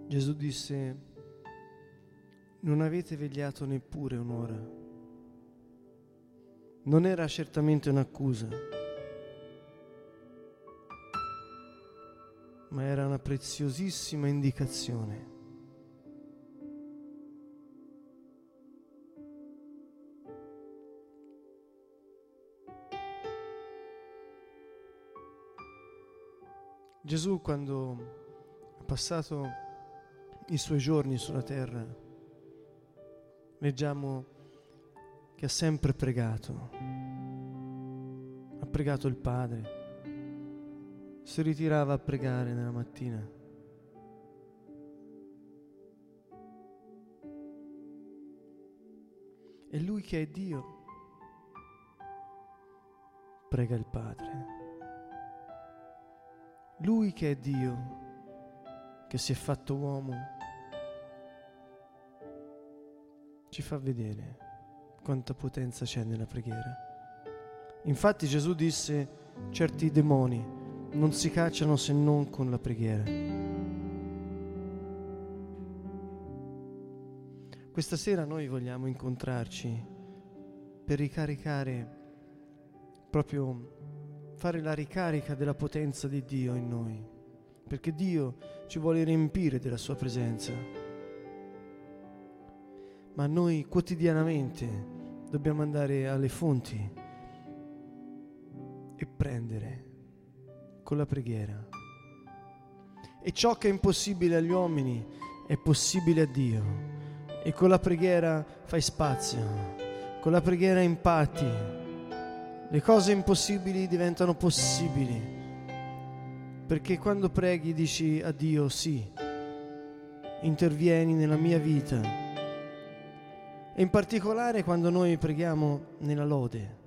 Gesù disse: non avete vegliato neppure un'ora. Non era certamente un'accusa, ma era una preziosissima indicazione. Gesù, quando ha passato i suoi giorni sulla terra, leggiamo che ha sempre pregato. Ha pregato il Padre, si ritirava a pregare nella mattina. E lui che è Dio prega il Padre. Lui che è Dio, che si è fatto uomo, ci fa vedere quanta potenza c'è nella preghiera. Infatti Gesù disse: certi demoni non si cacciano se non con la preghiera. Questa sera noi vogliamo incontrarci per ricaricare, proprio fare la ricarica della potenza di Dio in noi, perché Dio ci vuole riempire della sua presenza. Ma noi quotidianamente dobbiamo andare alle fonti e prendere con la preghiera. E ciò che è impossibile agli uomini è possibile a Dio. E con la preghiera fai spazio, con la preghiera impatti. Le cose impossibili diventano possibili, perché quando preghi dici a Dio: sì, intervieni nella mia vita. E in particolare quando noi preghiamo nella lode.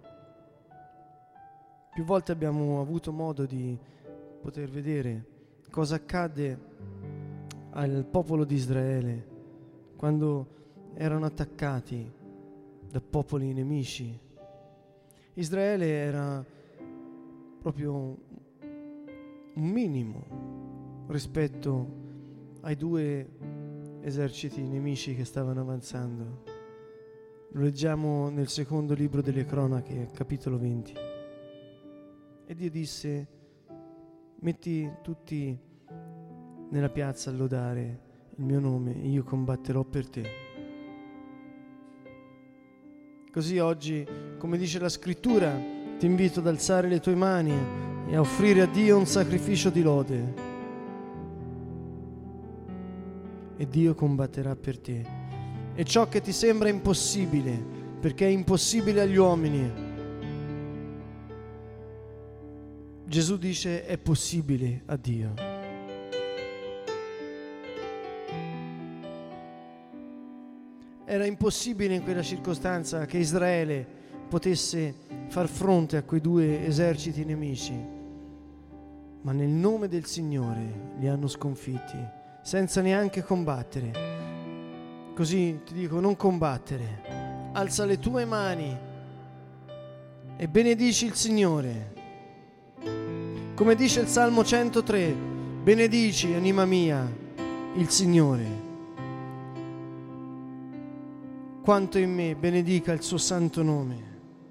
Più volte abbiamo avuto modo di poter vedere cosa accadde al popolo di Israele quando erano attaccati da popoli nemici. Israele era proprio un minimo rispetto ai due eserciti nemici che stavano avanzando. Lo leggiamo nel secondo libro delle Cronache, capitolo 20. E Dio disse: metti tutti nella piazza a lodare il mio nome e io combatterò per te. Così oggi, come dice la Scrittura, ti invito ad alzare le tue mani e a offrire a Dio un sacrificio di lode. E Dio combatterà per te. E ciò che ti sembra impossibile, perché è impossibile agli uomini, Gesù dice è possibile a Dio. Era impossibile in quella circostanza che Israele potesse far fronte a quei due eserciti nemici, ma nel nome del Signore li hanno sconfitti, senza neanche combattere. Così ti dico: non combattere, alza le tue mani e benedici il Signore. Come dice il Salmo 103, benedici, anima mia, il Signore. Quanto in me benedica il suo santo nome.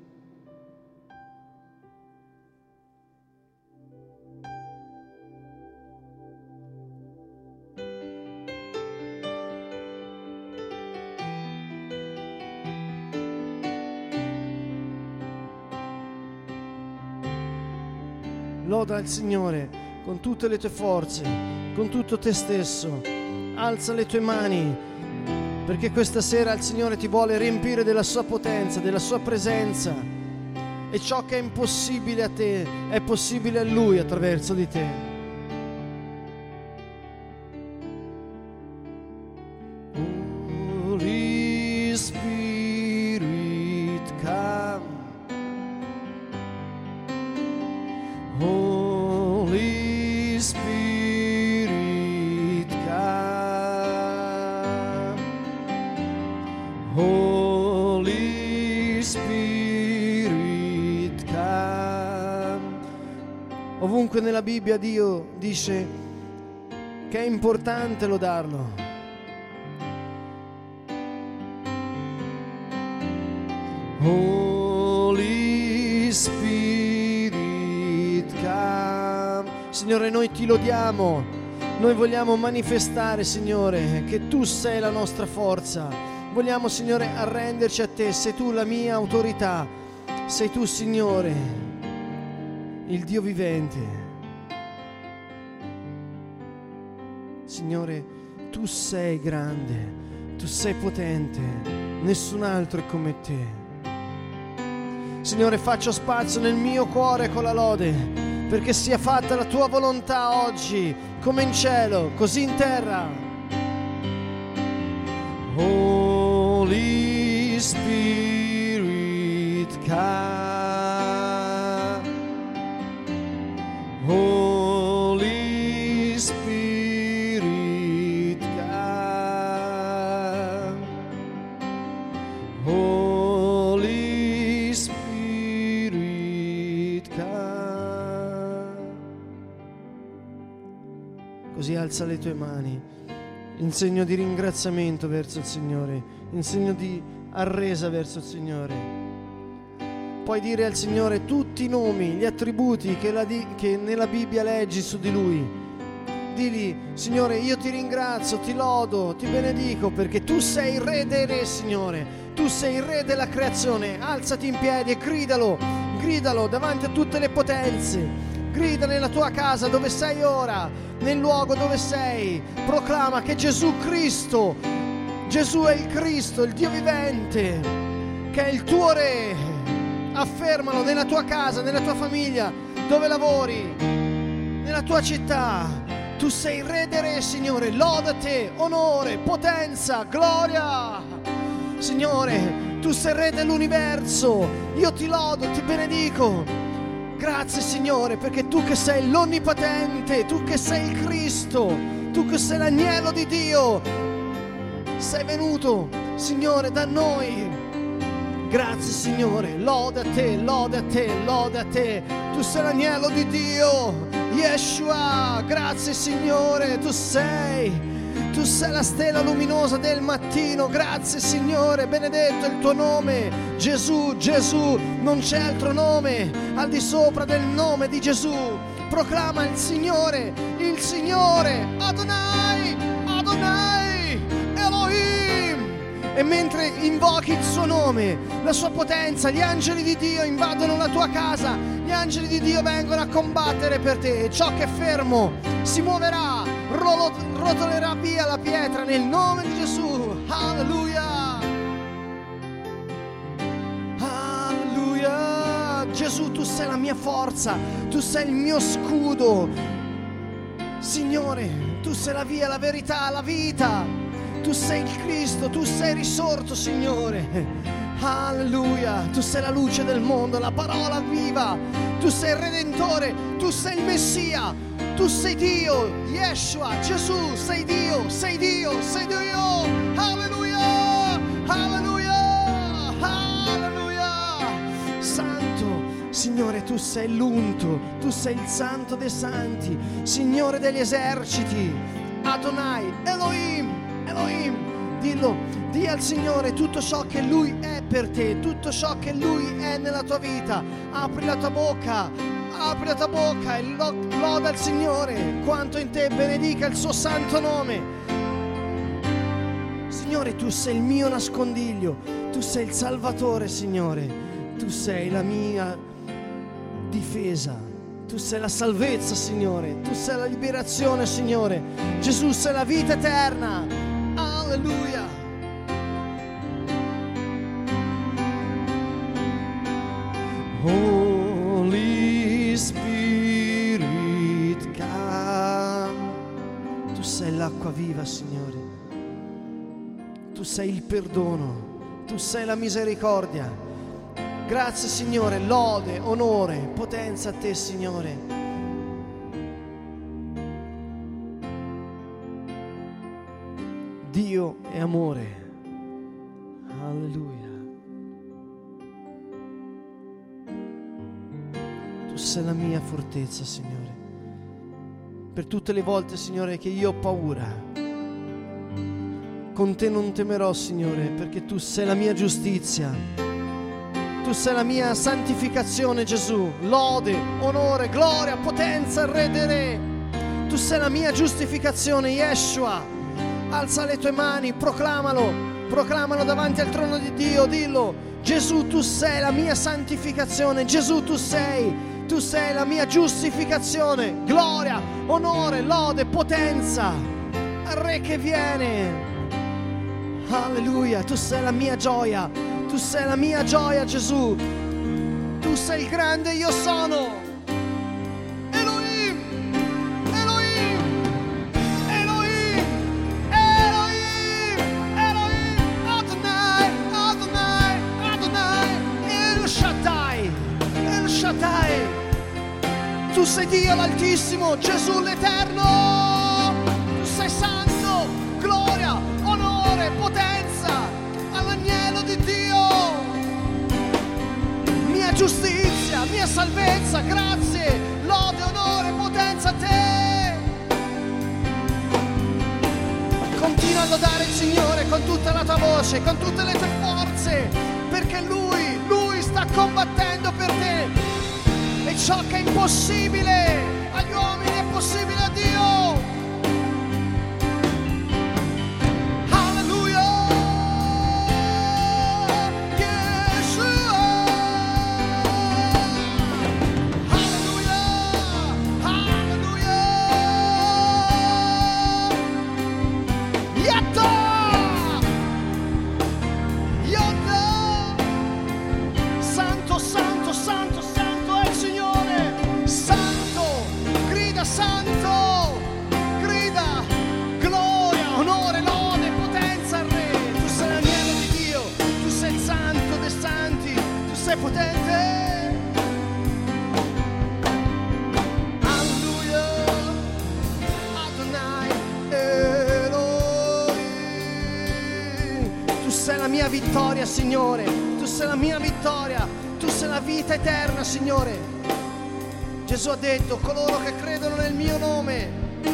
Loda il Signore con tutte le tue forze, con tutto te stesso. Alza le tue mani, perché questa sera il Signore ti vuole riempire della sua potenza, della sua presenza. E ciò che è impossibile a te è possibile a Lui attraverso di te. Holy Spirit, come. Holy Spirit, come. Holy Spirit, come. Ovunque nella Bibbia Dio dice che è importante lodarlo. Holy Spirit, come. Signore, noi ti lodiamo, noi vogliamo manifestare, Signore, che tu sei la nostra forza. Vogliamo, Signore, arrenderci a te. Sei tu la mia autorità, sei tu, Signore, il Dio vivente. Signore, tu sei grande, tu sei potente, nessun altro è come te. Signore, faccio spazio nel mio cuore con la lode, perché sia fatta la tua volontà oggi, come in cielo, così in terra. Holy Spirit, come. Holy Spirit, come. Holy Spirit, come. Così alza le tue mani in segno di ringraziamento verso il Signore, in segno di arresa verso il Signore. Puoi dire al Signore tutti i nomi, gli attributi che nella Bibbia leggi su di Lui. Digli: Signore, io ti ringrazio, ti lodo, ti benedico, perché tu sei il Re dei Re, Signore. Tu sei il Re della creazione. Alzati in piedi e gridalo davanti a tutte le potenze. Grida nella tua casa dove sei ora, nel luogo dove sei. Proclama che Gesù Cristo, Gesù è il Cristo, il Dio vivente, che è il tuo Re. Affermalo nella tua casa, nella tua famiglia, dove lavori, nella tua città. Tu sei il Re dei Re, Signore. Loda te, onore, potenza, gloria. Signore, tu sei il Re dell'universo. Io ti lodo, ti benedico. Grazie, Signore, perché tu che sei l'Onnipotente, tu che sei il Cristo, tu che sei l'agnello di Dio, sei venuto, Signore, da noi. Grazie, Signore, loda a te, loda a te, loda a te. Tu sei l'agnello di Dio, Yeshua. Grazie, Signore, tu sei la stella luminosa del mattino. Grazie, Signore, benedetto il tuo nome, Gesù, Gesù. Non c'è altro nome al di sopra del nome di Gesù. Proclama il Signore, Adonai, Adonai, Elohim. E mentre invochi il suo nome, la sua potenza, gli angeli di Dio invadono la tua casa, gli angeli di Dio vengono a combattere per te, e ciò che è fermo si muoverà, rotolerà via la pietra nel nome di Gesù. Alleluia, alleluia. Gesù, tu sei la mia forza, tu sei il mio scudo. Signore, tu sei la via, la verità, la vita. Tu sei il Cristo, tu sei risorto, Signore. Alleluia. Tu sei la luce del mondo, la parola viva. Tu sei il Redentore, tu sei il Messia. Tu sei Dio, Yeshua, Gesù, sei Dio, sei Dio, sei Dio. Alleluia, alleluia, alleluia. Santo, Signore, tu sei l'unto, tu sei il Santo dei Santi, Signore degli eserciti. Adonai, Elohim, Elohim. Dillo, di al Signore tutto ciò che Lui è per te, tutto ciò che Lui è nella tua vita. Apri la tua bocca e loda il Signore, quanto in te benedica il suo santo nome. Signore, tu sei il mio nascondiglio, tu sei il Salvatore, Signore, tu sei la mia difesa, tu sei la salvezza, Signore, tu sei la liberazione, Signore. Gesù, sei la vita eterna. Alleluia. Holy Spirit, come. Tu sei l'acqua viva, Signore. Tu sei il perdono, tu sei la misericordia. Grazie, Signore, lode, onore, potenza a te, Signore. Dio è amore. Alleluia. Tu sei la mia fortezza, Signore. per tutte le volte, Signore, che io ho paura. Con te non temerò, Signore, perché tu sei la mia giustizia. Tu sei la mia santificazione, Gesù. Lode, onore, gloria, potenza, Re dei Re. Tu sei la mia giustificazione, Yeshua. Alza le tue mani, proclamalo davanti al trono di Dio, dillo. Gesù, tu sei la mia santificazione. Gesù, tu sei la mia giustificazione. Gloria, onore, lode, potenza al Re che viene. Alleluia, tu sei la mia gioia. Tu sei la mia gioia, Gesù. Tu sei il grande io sono. Tu sei Dio l'Altissimo, Gesù l'Eterno. Tu sei santo, gloria, onore, potenza all'agnello di Dio. Mia giustizia, mia salvezza, grazie, lode, onore, potenza a te. Continua a lodare il Signore con tutta la tua voce, con tutte le tue forze, perché Lui sta combattendo per te. E ciò che è impossibile agli uomini è possibile a Dio. Alleluia, Yeshua. Alleluia, alleluia. Yatta, yatta. Santo, santo, santo, santo è il Signore. Santo, grida santo, grida gloria, onore, lode, potenza al Re. Tu sei l'agnello di Dio, tu sei il santo dei santi, tu sei potente. Alleluia, Adonai Elohim. Tu sei la mia vittoria, Signore, tu sei la mia vittoria, tu sei la vita eterna, Signore. Gesù ha detto, coloro che credono nel mio nome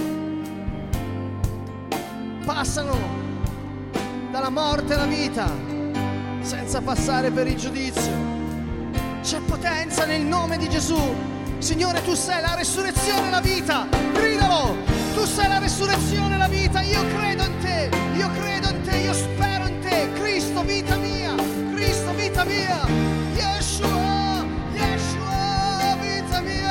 passano dalla morte alla vita senza passare per il giudizio. C'è potenza nel nome di Gesù. Signore, tu sei la resurrezione e la vita. Gridalo, tu sei la resurrezione e la vita. Io credo in te, io credo in te, io spero in te. Cristo, vita mia, Cristo, vita mia. Yeshua, Yeshua, vita mia.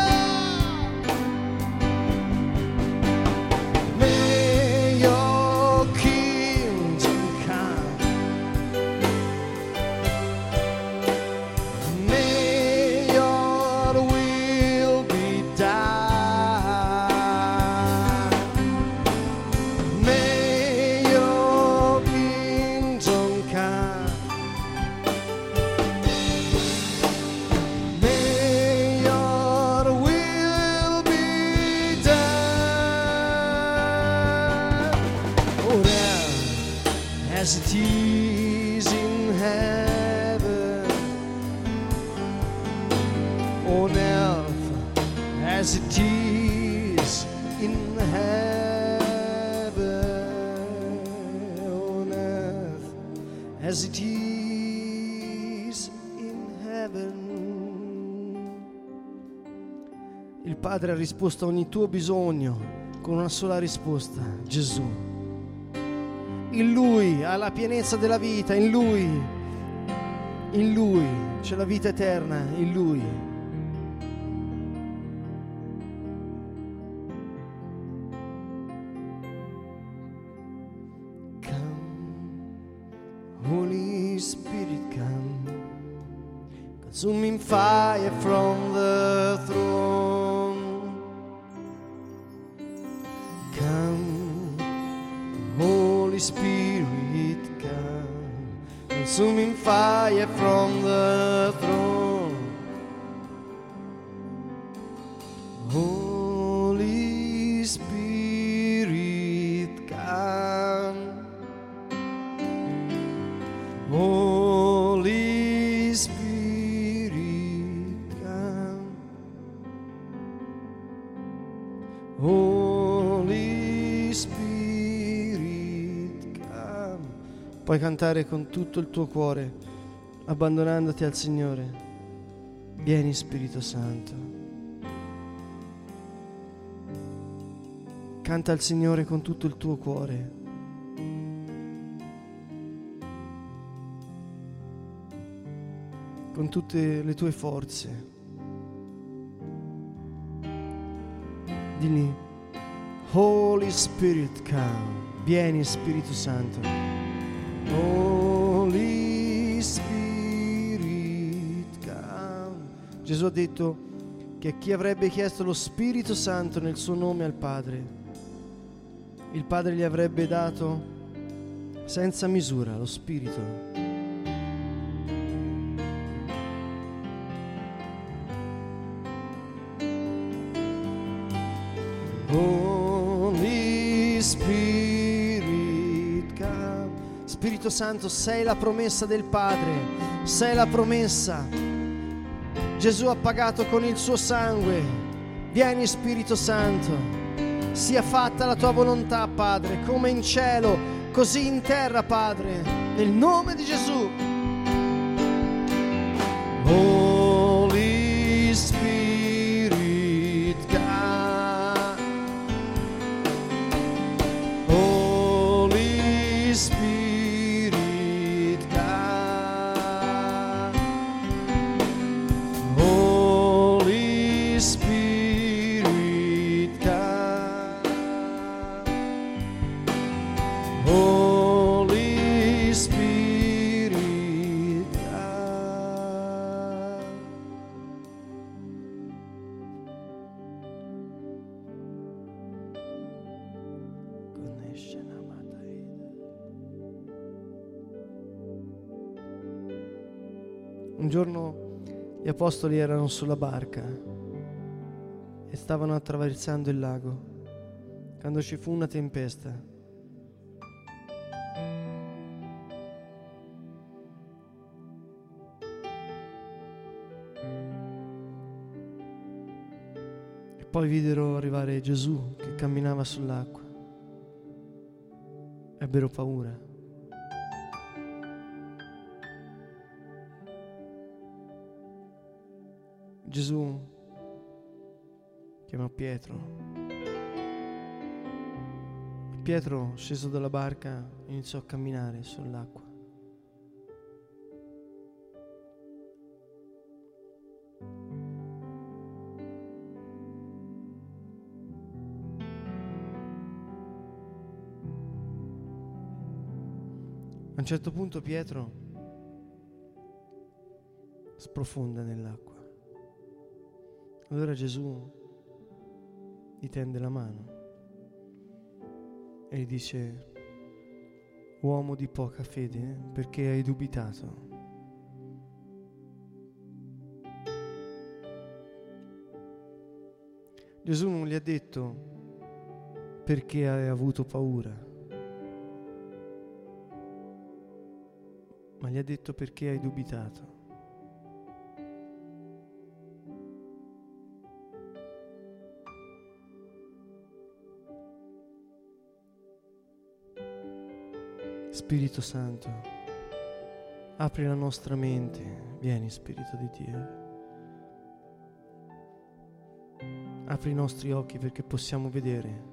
May your kingdom come. May your will be done. May your kingdom come. May your will be done. Oh, now, as it is in heaven, on earth, as it is in heaven, on earth, as it is in heaven. Il Padre ha risposto a ogni tuo bisogno con una sola risposta: Gesù. In Lui ha la pienezza della vita, in Lui c'è la vita eterna, in Lui. Holy Spirit, come, consuming fire from the throne. Come, Holy Spirit, come, consuming fire from the throne. Holy Spirit, come. Holy Spirit, come. Puoi cantare con tutto il tuo cuore, abbandonandoti al Signore. Vieni Spirito Santo. Canta al Signore con tutto il tuo cuore. Con tutte le tue forze. Digli: Holy Spirit come. Vieni Spirito Santo. Holy Spirit come. Gesù ha detto che chi avrebbe chiesto lo Spirito Santo nel suo nome al Padre, il Padre gli avrebbe dato senza misura lo Spirito. Holy Spirit come. Spirito Santo, sei la promessa del Padre, sei la promessa. Gesù ha pagato con il suo sangue. Vieni Spirito Santo. Sia fatta la tua volontà, Padre, come in cielo, così in terra, Padre, nel nome di Gesù. Holy Spirit come. Holy Spirit come. Holy Spirit come. Holy Spirit come. Un giorno gli apostoli erano sulla barca e stavano attraversando il lago quando ci fu una tempesta. E poi videro arrivare Gesù che camminava sull'acqua. Ebbero paura. Gesù chiamò Pietro. E Pietro, sceso dalla barca, iniziò a camminare sull'acqua. A un certo punto Pietro sprofonda nell'acqua. Allora Gesù gli tende la mano e gli dice: uomo di poca fede, perché hai dubitato? Gesù non gli ha detto perché hai avuto paura, ma gli ha detto perché hai dubitato. Spirito Santo, apri la nostra mente. Vieni Spirito di Dio. Apri i nostri occhi perché possiamo vedere.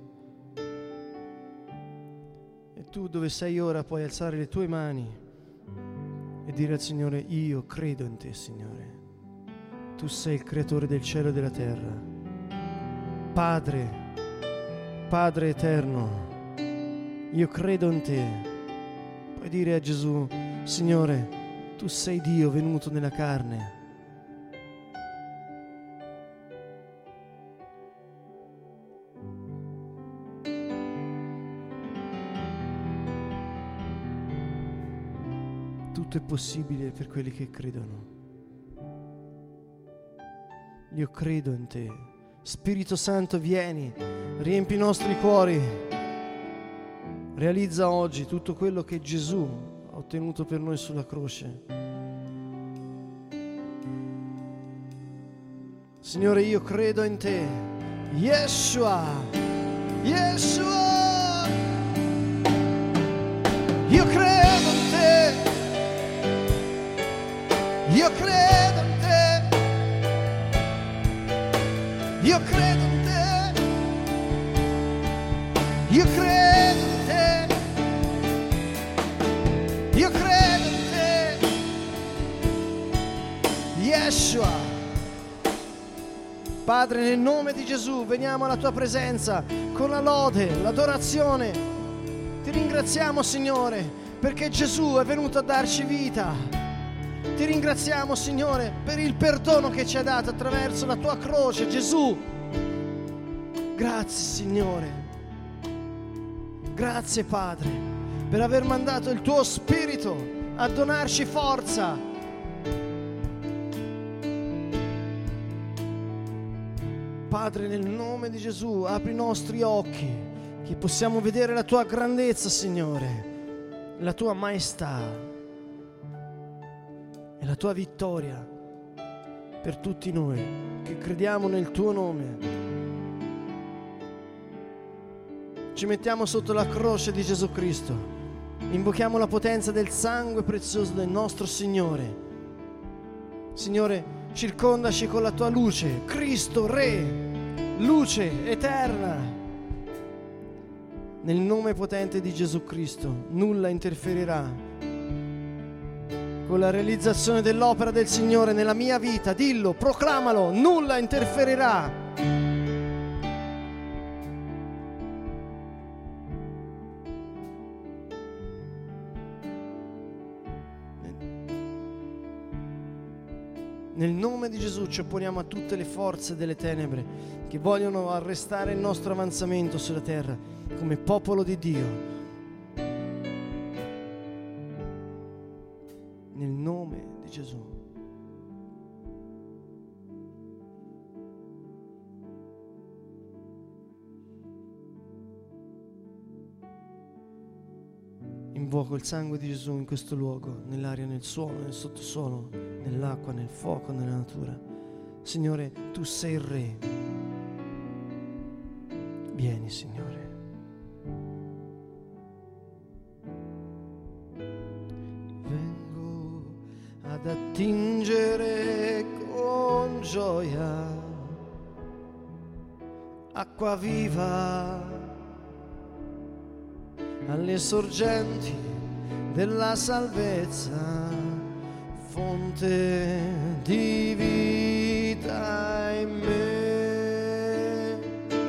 E tu dove sei ora puoi alzare le tue mani e dire al Signore: io credo in te, Signore. Tu sei il creatore del cielo e della terra. Padre, Padre eterno, io credo in te. Puoi dire a Gesù: Signore, tu sei Dio venuto nella carne. Tutto è possibile per quelli che credono. Io credo in te. Spirito Santo, vieni, riempi i nostri cuori. Realizza oggi tutto quello che Gesù ha ottenuto per noi sulla croce. Signore, io credo in te. Yeshua, Yeshua, io credo in te. Io credo in te, io credo in te, io credo in te, io credo in te, Yeshua. Padre, nel nome di Gesù veniamo alla tua presenza con la lode, l'adorazione. Ti ringraziamo, Signore, perché Gesù è venuto a darci vita. Ti ringraziamo, Signore, per il perdono che ci hai dato attraverso la tua croce, Gesù. Grazie, Signore. Grazie, Padre, per aver mandato il tuo Spirito a donarci forza. Padre, nel nome di Gesù, apri i nostri occhi, che possiamo vedere la tua grandezza, Signore, la tua maestà e la tua vittoria per tutti noi che crediamo nel tuo nome. Ci mettiamo sotto la croce di Gesù Cristo, invochiamo la potenza del sangue prezioso del nostro Signore. Signore, circondaci con la tua luce, Cristo Re, luce eterna. Nel nome potente di Gesù Cristo, nulla interferirà con la realizzazione dell'opera del Signore nella mia vita. Dillo, proclamalo, nulla interferirà. Nel nome di Gesù ci opponiamo a tutte le forze delle tenebre che vogliono arrestare il nostro avanzamento sulla terra come popolo di Dio. Nel nome di Gesù. Invoco il sangue di Gesù in questo luogo, nell'aria, nel suolo, nel sottosuolo, nell'acqua, nel fuoco, nella natura. Signore, tu sei il Re. Vieni, Signore. Vengo ad attingere con gioia acqua viva alle sorgenti della salvezza, fonte di vita in me.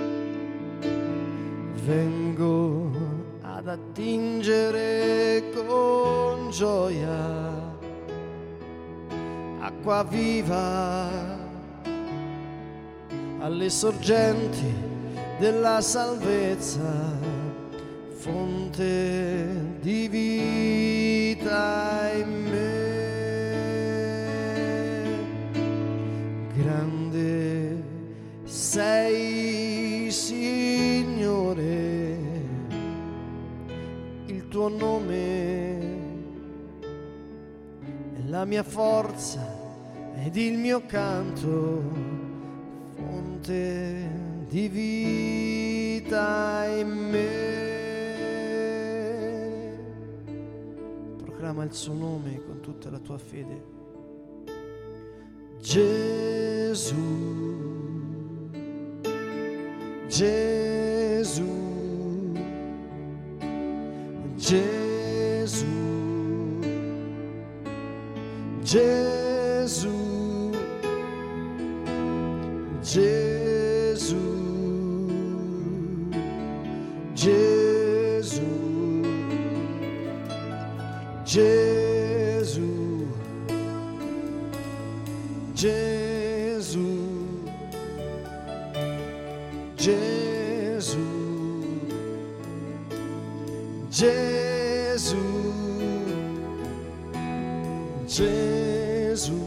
Vengo ad attingere con gioia acqua viva alle sorgenti della salvezza, fonte di vita in me. Grande sei, Signore, il tuo nome è la mia forza ed il mio canto, fonte di vita in me. Proclama il suo nome con tutta la tua fede. Gesù, Gesù, Gesù, Gesù, Gesù, Gesù, Gesù, Gesù, Gesù, Gesù, Gesù,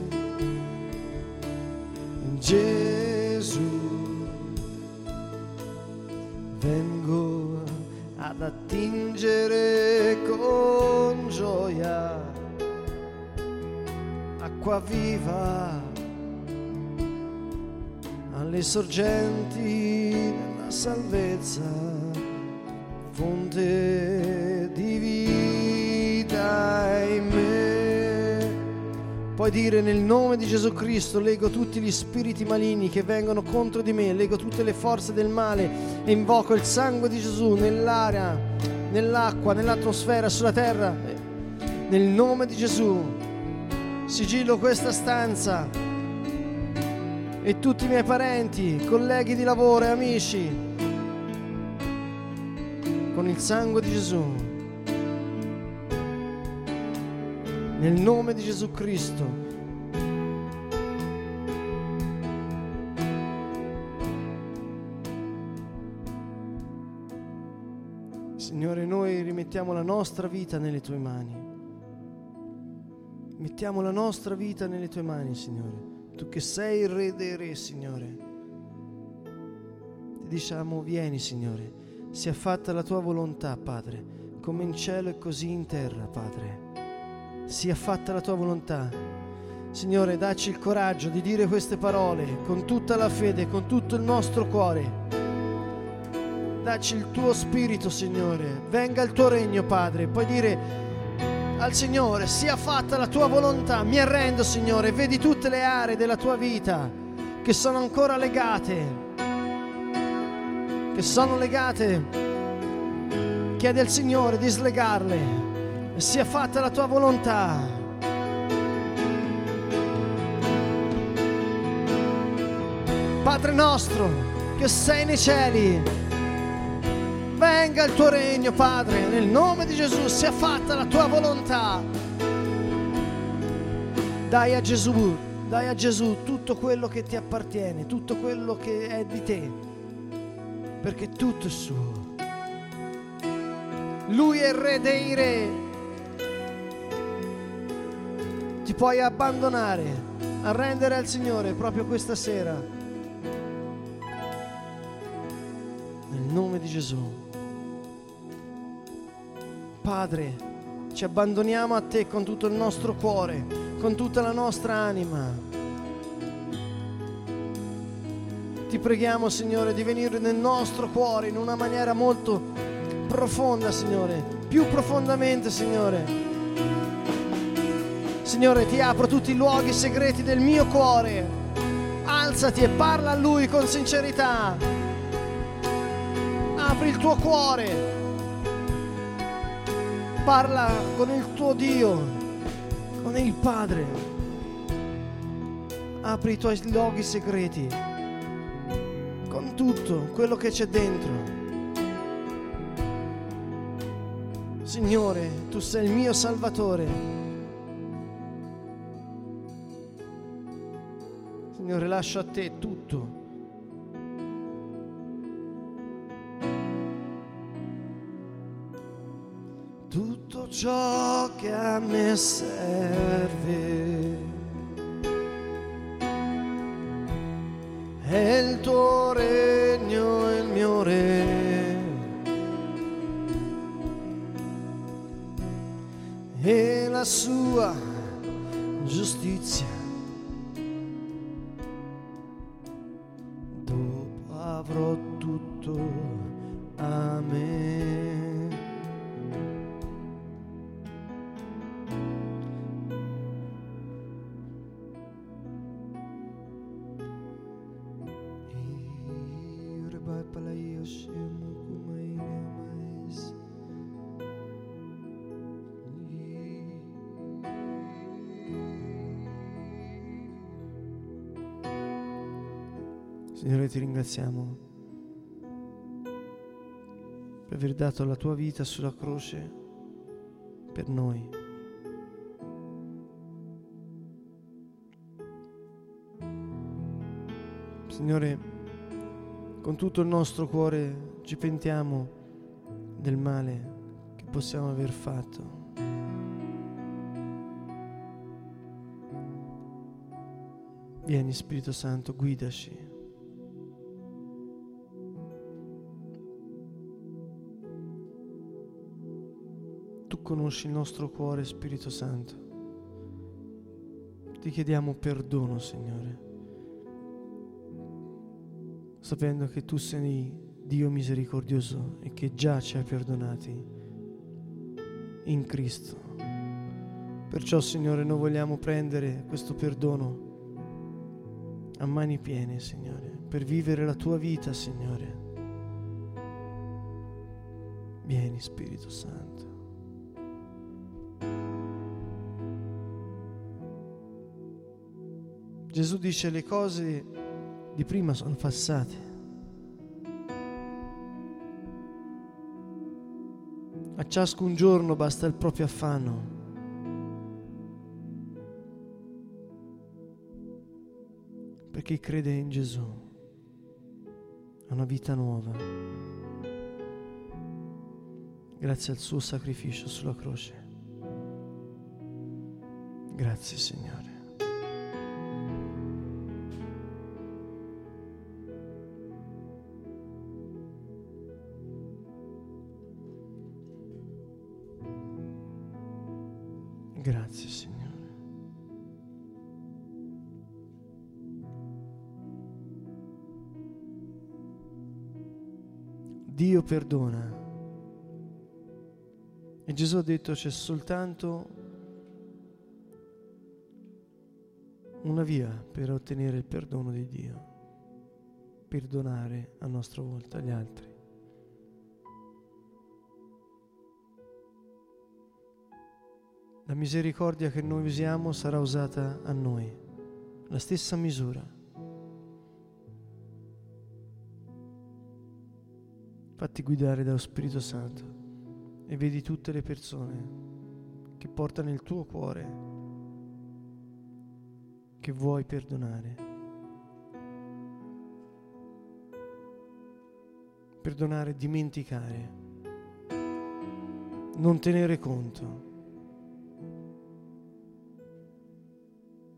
Gesù. Vengo ad attingere con gioia acqua viva alle sorgenti della salvezza, fonte di vita in me. Puoi dire: nel nome di Gesù Cristo lego tutti gli spiriti maligni che vengono contro di me, lego tutte le forze del male e invoco il sangue di Gesù nell'aria, nell'acqua, nell'atmosfera, sulla terra. Nel nome di Gesù sigillo questa stanza e tutti i miei parenti, colleghi di lavoro e amici con il sangue di Gesù. Nel nome di Gesù Cristo. Signore, noi rimettiamo la nostra vita nelle tue mani. Mettiamo la nostra vita nelle tue mani, Signore. Tu che sei il Re dei Re, Signore. Ti diciamo: vieni, Signore. Sia fatta la tua volontà, Padre, come in cielo e così in terra, Padre. Sia fatta la tua volontà. Signore, dacci il coraggio di dire queste parole con tutta la fede, con tutto il nostro cuore. Dacci il tuo spirito, Signore. Venga il tuo regno, Padre. Puoi dire al Signore: sia fatta la tua volontà. Mi arrendo, Signore. Vedi tutte le aree della tua vita che sono ancora legate. Chiedi al Signore di slegarle. E sia fatta la tua volontà. Padre nostro che sei nei cieli, venga il tuo regno, Padre, nel nome di Gesù. Sia fatta la tua volontà. Dai a Gesù tutto quello che ti appartiene, tutto quello che è di te, perché tutto è suo. Lui è il Re dei Re. Ti puoi abbandonare, arrendere al Signore proprio questa sera. Nel nome di Gesù. Padre, ci abbandoniamo a te con tutto il nostro cuore, con tutta la nostra anima. Ti preghiamo, Signore, di venire nel nostro cuore in una maniera molto profonda, Signore, più profondamente, Signore. Signore, ti apro tutti i luoghi segreti del mio cuore. Alzati e parla a Lui con sincerità. Apri il tuo cuore. Parla con il tuo Dio, con il Padre. Apri i tuoi luoghi segreti con tutto quello che c'è dentro. Signore, tu sei il mio Salvatore. Signore, lascio a te tutto. Tutto ciò che a me serve è il tuo regno e il mio Re, e la sua giustizia. Dopo avrò tutto a me. Signore, ti ringraziamo per aver dato la tua vita sulla croce per noi. Signore, con tutto il nostro cuore ci pentiamo del male che possiamo aver fatto. Vieni, Spirito Santo, guidaci. Tu conosci il nostro cuore, Spirito Santo. Ti chiediamo perdono, Signore, sapendo che tu sei Dio misericordioso e che già ci hai perdonati in Cristo, Perciò, Signore, noi vogliamo prendere questo perdono a mani piene, Signore, per vivere la tua vita, Signore. Vieni, Spirito Santo. Gesù dice: le cose di prima sono passate. A ciascun giorno basta il proprio affanno. Per chi crede in Gesù ha una vita nuova, grazie al suo sacrificio sulla croce. Grazie, Signore. Grazie, Signore. Dio perdona. E Gesù ha detto: c'è soltanto una via per ottenere il perdono di Dio: perdonare a nostra volta gli altri. La misericordia che noi usiamo sarà usata a noi, la stessa misura. Fatti guidare dallo Spirito Santo e vedi tutte le persone che portano il tuo cuore, che vuoi perdonare. Perdonare, dimenticare, non tenere conto.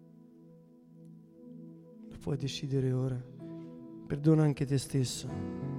Lo puoi decidere ora. Perdona anche te stesso.